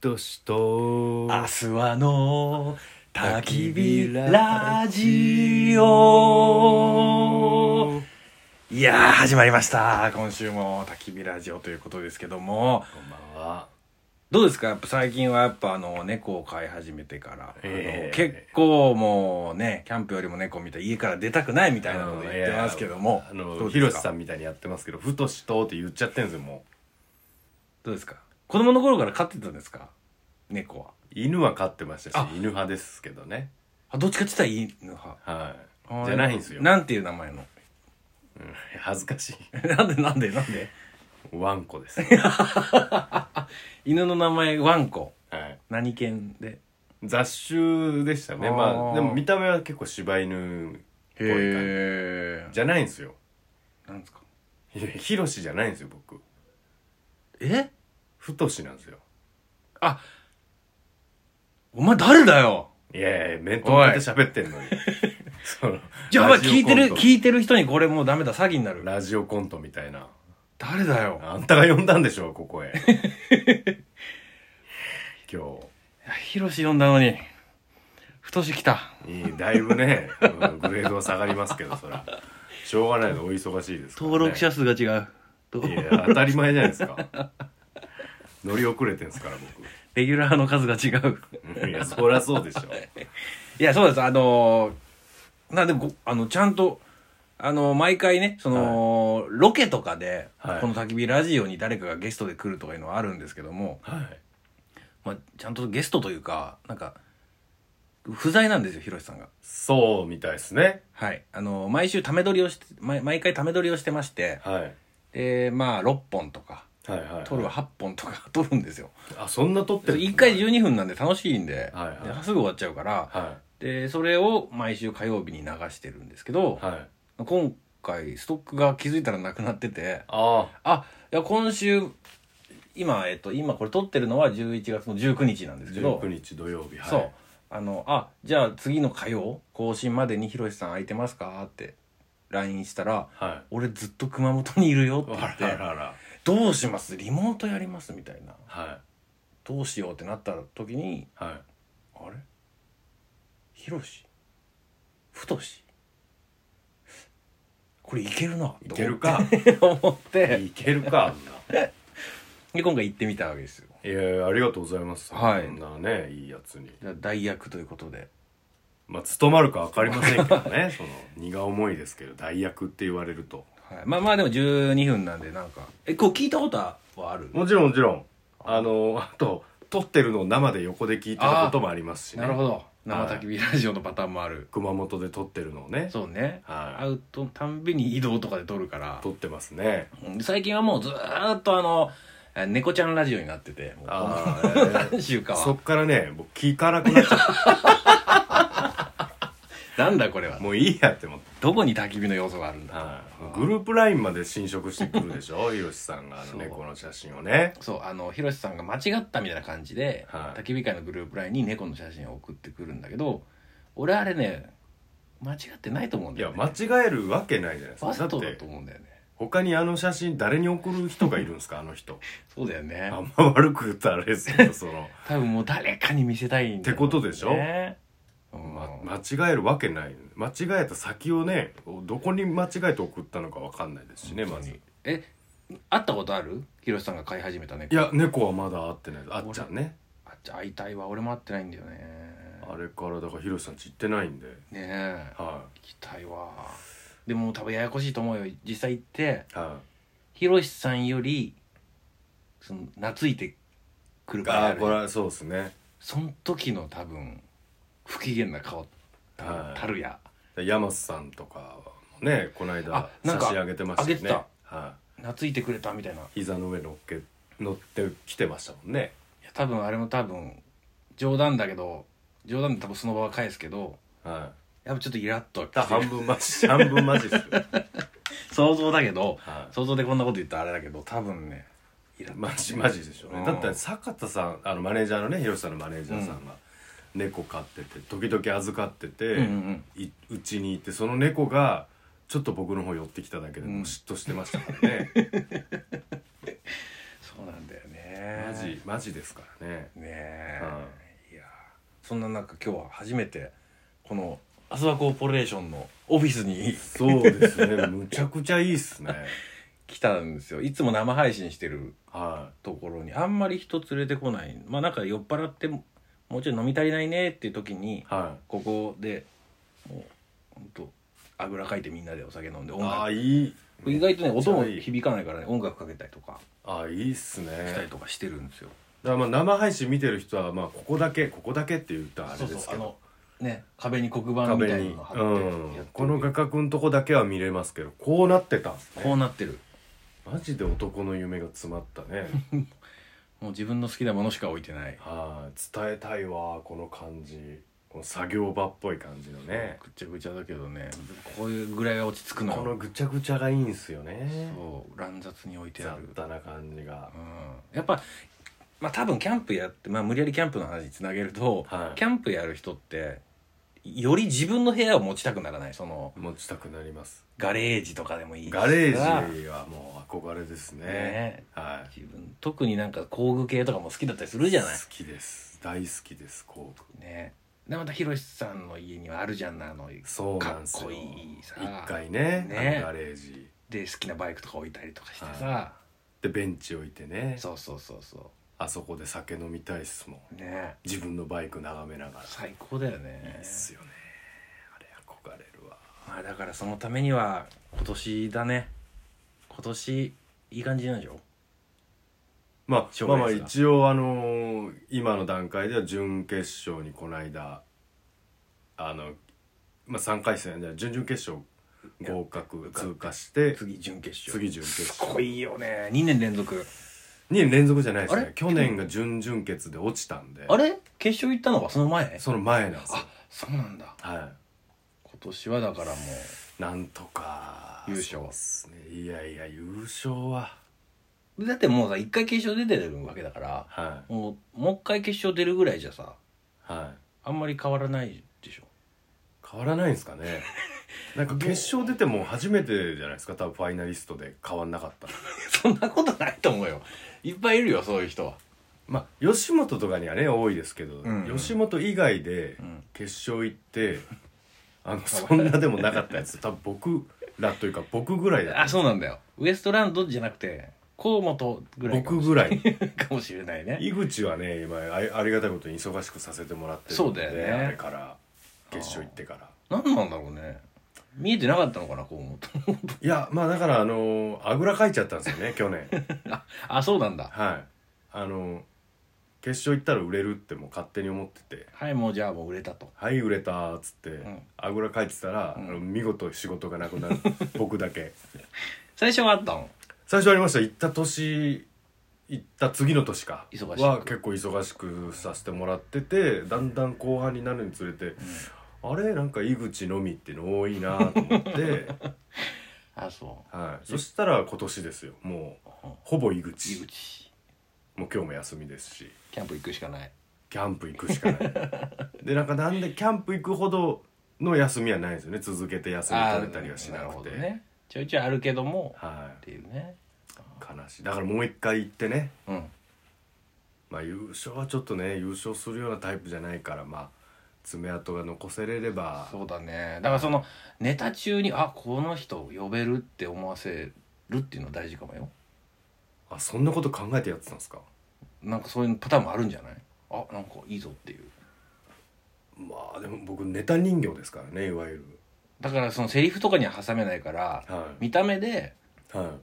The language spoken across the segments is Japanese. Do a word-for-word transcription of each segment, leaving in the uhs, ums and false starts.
としと明日はの焚き火ラジオ。いやー始まりました。今週も焚き火ラジオということですけども、 こんばんは。 どうですか？やっぱ最近はやっぱあの猫を飼い始めてから、 えー、 あの結構もうねキャンプよりも猫見たら家から出たくないみたいなこと言ってますけども、 あのひろしさんみたいにやってますけど、ふとしとって言っちゃってんですよ。もうどうですか？子供の頃から飼ってたんですか？猫は。 犬は飼ってましたし、犬派ですけどね。 あ、どっちかって言ったら犬派。 はい。じゃないんですよ。 なんていう名前の？ うん、恥ずかしい。 なんでなんでなんで？ ワンコです。 犬の名前ワンコ。 はい。 何犬で？ 雑種でしたね。 あまあでも見た目は結構柴犬っぽい感じ。 へー。 じゃないんですよ。 なんですか？ ひろしじゃないんですよ僕。 え？ ふとしなんですよ。 あ、お前誰だよ。 いやいや、面と向かって喋ってんのに。そのじゃあ聞いてる聞いいてる人にこれもうダメだ、詐欺になる。 ラジオコントみたいな。 誰だよ。 あんたが呼んだんでしょここへ。今日ヒロシ呼んだのに太し来た。 いいだいぶね、うん、グレードは下がりますけど、そらしょうがないの、お忙しいですから、ね、 登録者数が違う。 いや当たり前じゃないですか。乗り遅れてんすから僕。 レギュラーの数が違う。 いやそりゃそうでしょ。 いやそうです。あのー、なんでもあのちゃんとあの毎回ねその、はい、ロケとかで、はい、この焚き火ラジオに誰かがゲストで来るとかいうのはあるんですけども、 はい、 まあ、ちゃんとゲストというかなんか不在なんですよ、ひろしさんが。 そうみたいですね。 はい。あの毎週ため撮りをして毎毎回ため撮りをしてまして、はい、でまあろっぽんとか。はいはいはい、撮るははっぽんとか撮るんですよ。 あ、そんな撮ってる？ いっかいじゅうにふんなんで楽しいんで、 はいはい、 ですぐ終わっちゃうから、はい、でそれを毎週火曜日に流してるんですけど、はい、今回ストックが気づいたらなくなってて、ああいや今週今、えっと、今これ撮ってるのはじゅういちがつのじゅうくにちなんですけど、 じゅうくにち土曜日、はい、 そうあのあじゃあ次の火曜更新までにひろしさん空いてますかって ライン したら、はい、俺ずっと熊本にいるよって言って、あらららどうします？リモートやりますみたいな、はい、どうしようってなった時に、はい、あれひろしふとしこれいけるな、 いけるか思っていけるかあんなで今回行ってみたわけですよ。 いやありがとうございます。はい、そんなねいいやつに代役ということで、 まあ務まるか分かりませんけどねその荷が重いですけど代役って言われると、 はい、まあまあでもじゅうにふんなんでなんかえこう聞いたことはある？ もちろんもちろん。あのあと撮ってるのを生で横で聞いてたこともありますしね。 なるほど、生焚き火ラジオのパターンもある、はい、 熊本で撮ってるのをね。 そうね、 はい、 会うとたんびに移動とかで撮るから撮ってますね。 最近はもうずーっとあの猫ちゃんラジオになってて、もうあ何週かはそっからね僕聞かなくなっちゃったなんだこれは、 もういいやって思って、 どこに焚き火の要素があるんだ、 はあ、グループラインまで侵食してくるでしょひろしさんがあの猫の写真をね。 そうあのひろしさんが間違ったみたいな感じで、はい、焚き火会のグループラインに猫の写真を送ってくるんだけど、俺あれね間違ってないと思うんだよね。 いや間違えるわけないじゃないですか。 わざとだと思うんだよね。 他にあの写真誰に送る人がいるんですかあの人そうだよね。 あんま悪く言ったらあれですけどその多分もう誰かに見せたいんだよね。 ってことでしょ、 うん、 ま、間違えるわけない。間違えた先をねどこに間違えて送ったのか分かんないですしね。まずえ会ったことある？ひろしさんが飼い始めた猫。 いや猫はまだ会ってない。あっちゃんね。 あっちゃん会いたいわ。俺も会ってないんだよね。 あれからだからひろしさんち行ってないんでねえ、はい、行きたいわ。でも多分ややこしいと思うよ実際行って、はい、ひろしさんよりその懐いてくるからある。 あこれはそうですね。 その時の多分不機嫌な顔たるや、 はい、山瀬さんとかもねこの間写真上げてましたよね。 上げてた、はい、懐いてくれたみたいな。 膝の上乗っけ乗ってきてましたもんね。 いや多分あれも多分冗談だけど冗談で多分その場は返すけど、はい、やっぱちょっとイラッと半分マジ半分マジですよ想像だけど、はい、想像でこんなこと言ったらあれだけど多分ねイラッとマジマジでしょうね。だって坂田さんあのマネージャーのねひろしさんのマネージャーさんが、うん、猫飼ってて時々預かってて、うんうん、うちにいてその猫がちょっと僕の方寄ってきただけでもう嫉妬してましたからね、うん、 そうなんだよね。 マジジマジですからね。 ねえ、うん、いやそんな中今日は初めてこのアスワコーポレーションのオフィスにそうですねむちゃくちゃいいっすね来たんですよ。いつも生配信してるところにあんまり人連れてこない。まあなんか酔っ払ってもうちょい飲み足りないねっていう時に、はい、ここでもうほんとあぐらかいてみんなでお酒飲んで音楽、 あいい意外とね音も響かないからね音楽かけたりとかあいいっすねしたりとかしてるんですよ。 だからまあ生配信見てる人はまあここだけここだけって言ったらあれですけど、そうそうあのね壁に黒板みたいなの貼って、うん、 この画角のとこだけは見れますけどこうなってたんですね。 こうなってる。 マジで男の夢が詰まったねもう自分の好きなものしか置いてない。 はい、伝えたいわこの感じ、この作業場っぽい感じのね。 ぐちゃぐちゃだけどねこういうぐらいが落ち着くの。 このぐちゃぐちゃがいいんすよね。 そう乱雑に置いてある雑多な感じが、 うん、やっぱまあ多分キャンプやって、まあ、無理やりキャンプの話につなげると、はい、キャンプやる人ってより自分の部屋を持ちたくならない。その持ちたくなります。 ガレージとかでもいいし、 ガレージはもう憧れですね。ね、 はい、自分特になんか工具系とかも好きだったりするじゃない。 好きです、大好きです工具ね。でまたひろしさんの家にはあるじゃんなあのそうなんですよ、 かっこいいさ一回ね、ねガレージで好きなバイクとか置いたりとかしてさ、はい、 でベンチ置いてね。 そうそうそうそう、 あそこで酒飲みたいっすもんね。自分のバイク眺めながら最高だよね。 いいっすよねあれ。憧れるわ。 まあだからそのためには今年だね。今年いい感じなんでしょ。 まあ、まあまあ一応あのー、今の段階では準決勝にこの間あの、まあ、さんかい戦で準々決勝合格通過して次準決勝次準決勝すごいよね。にねん連続にねん連続じゃないですね。去年が準々決で落ちたんで。 あれ決勝行ったのはその前。 その前なんですよ。 あそうなんだ。 はい。 今年はだからもうなんとか優勝ですね。いやいや優勝はだってもうさ一回決勝出てるわけだから、はい、もうもう一回決勝出るぐらいじゃさ、はい、あんまり変わらないでしょ。 変わらないんですかねなんか決勝出ても初めてじゃないですか多分ファイナリストで変わんなかったそんなことないと思うよ。いっぱいいるよそういう人は。 まあ吉本とかにはね多いですけど、うんうん、吉本以外で決勝行って、うん、あのそんなでもなかったやつ多分僕らというか僕ぐらいだった。 あそうなんだよ。ウエストランドじゃなくて河本ぐらい僕ぐらいかもしれないね。 井口はね今 あ, ありがたいことに忙しくさせてもらってるので、そうだよね、あれから決勝行ってから何なんだろうね。見えてなかったのかな河本いやまあだからあのあぐらかいちゃったんですよね去年あ, あそうなんだ。 はいあの決勝行ったら売れるってもう勝手に思ってて、 はいもうじゃあもう売れたと、 はい売れたっつって、うん、あぐらかいてたら、うん、あの見事仕事がなくなる僕だけ最初はあったの。 最初ありました。行った年行った次の年か忙しは結構忙しくさせてもらっててだんだん後半になるにつれて、うん、あれなんか井口のみっての多いなと思ってあそう、 はい、そしたら今年ですよもうほぼ井口。井口もう今日も休みですしキャンプ行くしかない。 キャンプ行くしかないでなんかなんでキャンプ行くほどの休みはないですよね。続けて休み取れたりはしなくて、 ね、ちょいちょいあるけども、はい、っていうね。 悲しい。だからもう一回行ってね、うん、まあ優勝はちょっとね優勝するようなタイプじゃないからまあ爪痕が残せれれば。 そうだね。だからそのネタ中にあこの人呼べるって思わせるっていうのは大事かもよ。 あそんなこと考えてやってたんですか。 なんかそういうパターンもあるんじゃない。あなんかいいぞっていう。 まあでも僕ネタ人形ですからねいわゆる。 だからそのセリフとかには挟めないから、はい、見た目で、はい、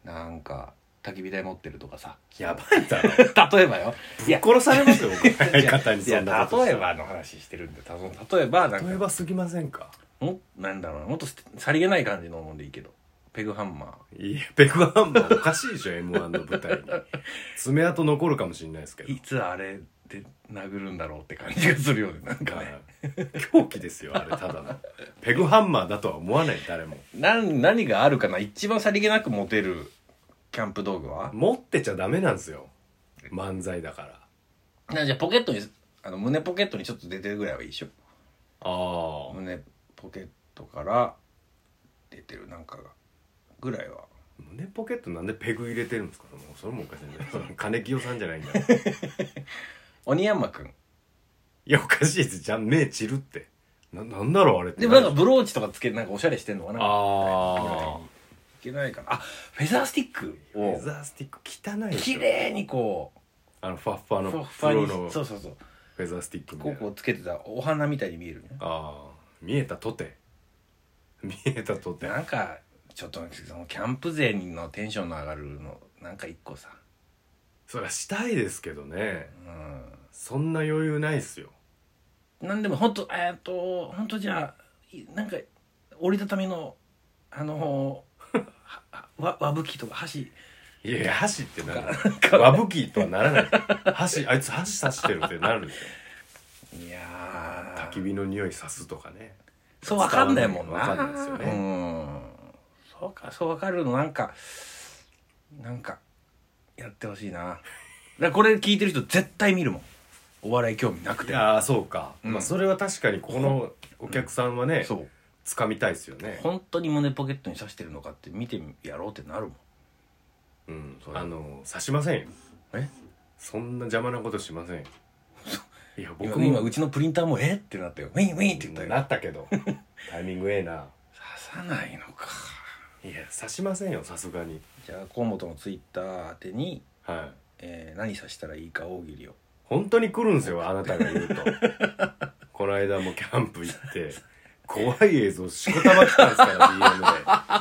なんか焚き火台持ってるとかさ。 やばいだろ例えばよ。 ぶっ殺されますよ僕相方にそんなことしたら。例えばの話してるんで例えばなんか例えばすぎませんか。 もなんだろうもっとさりげない感じのもんでいいけどペグハンマー。いやペグハンマーおかしいでしょエムワン の舞台に爪痕残るかもしれないですけどいつあれで殴るんだろうって感じがするよねなんかね狂気ですよあれただのペグハンマーだとは思わない誰も。 な何があるかな一番さりげなく持てるキャンプ道具は。 持ってちゃダメなんですよ漫才だから。 じゃあポケットにあの胸ポケットにちょっと出てるぐらいはいいでしょ。ああ胸ポケットから出てるなんかがぐらいは。 胸ポケットなんでペグ入れてるんですか？もうそれもおかしいんだよ金清さんじゃないんだ鬼山くん。 いやおかしいですじゃん目散るってな、なんだろうあれって。 でもなんかブローチとかつけてなんかおしゃれしてんのかな。 ああいけないかなあ。フェザースティックをフェザースティック汚い綺麗にこうあのファッファのファッファにプロのそうそうそうフェザースティックみたいなこうこうつけてたお花みたいに見えるね。 ああ見えたとて見えたとてなんかちょっとそのキャンプ勢のテンションの上がるのなんか一個さそりゃしたいですけどね、 うん、 そんな余裕ないっすよ。 なんでも本当えっと本当じゃあなんか折りたたみのあのわ和吹きとか箸いやいや箸ってなる和吹きとはならない箸あいつ箸刺してるってなるんですよ。 いやー焚き火の匂い刺すとかねそう分かんないもんな。 分かんないですよね。 うんそうかそう分かるのなんかなんかやってほしいな。だからこれ聞いてる人絶対見るもんお笑い興味なくて。 ああそうか、 うん、 まあそれは確かにこのお客さんはね、うん、 そう掴みたいですよね。 本当に胸ポケットに刺してるのかって見てやろうってなるもん。 うん、あの刺しませんよ。 えそんな邪魔なことしませんよ。いや僕も今うちのプリンターもえってなったよ。ウィンウィンって言ったよ。 なったけどタイミングええな。 刺さないのか。 いや刺しませんよさすがに。 じゃあ河本のツイッター宛てに、 はいえー、何刺したらいいか大喜利を。 本当に来るんですよあなたが言うとこの間もキャンプ行って怖い映像しこたま来たんですから ディーエム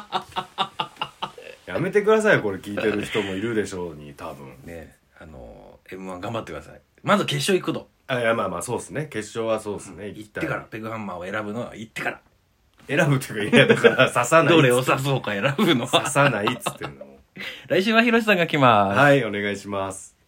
でやめてくださいこれ聞いてる人もいるでしょうに多分ね。あの エムワン 頑張ってください。まず決勝行くの。 あいやまあまあそうですね決勝はそうですね、うん、 行ってからペグハンマーを選ぶのは行ってから選ぶっていうかいやだから刺さないどれを刺そうか選ぶのは刺さないっつってんの来週はひろしさんが来ます。 はいお願いします。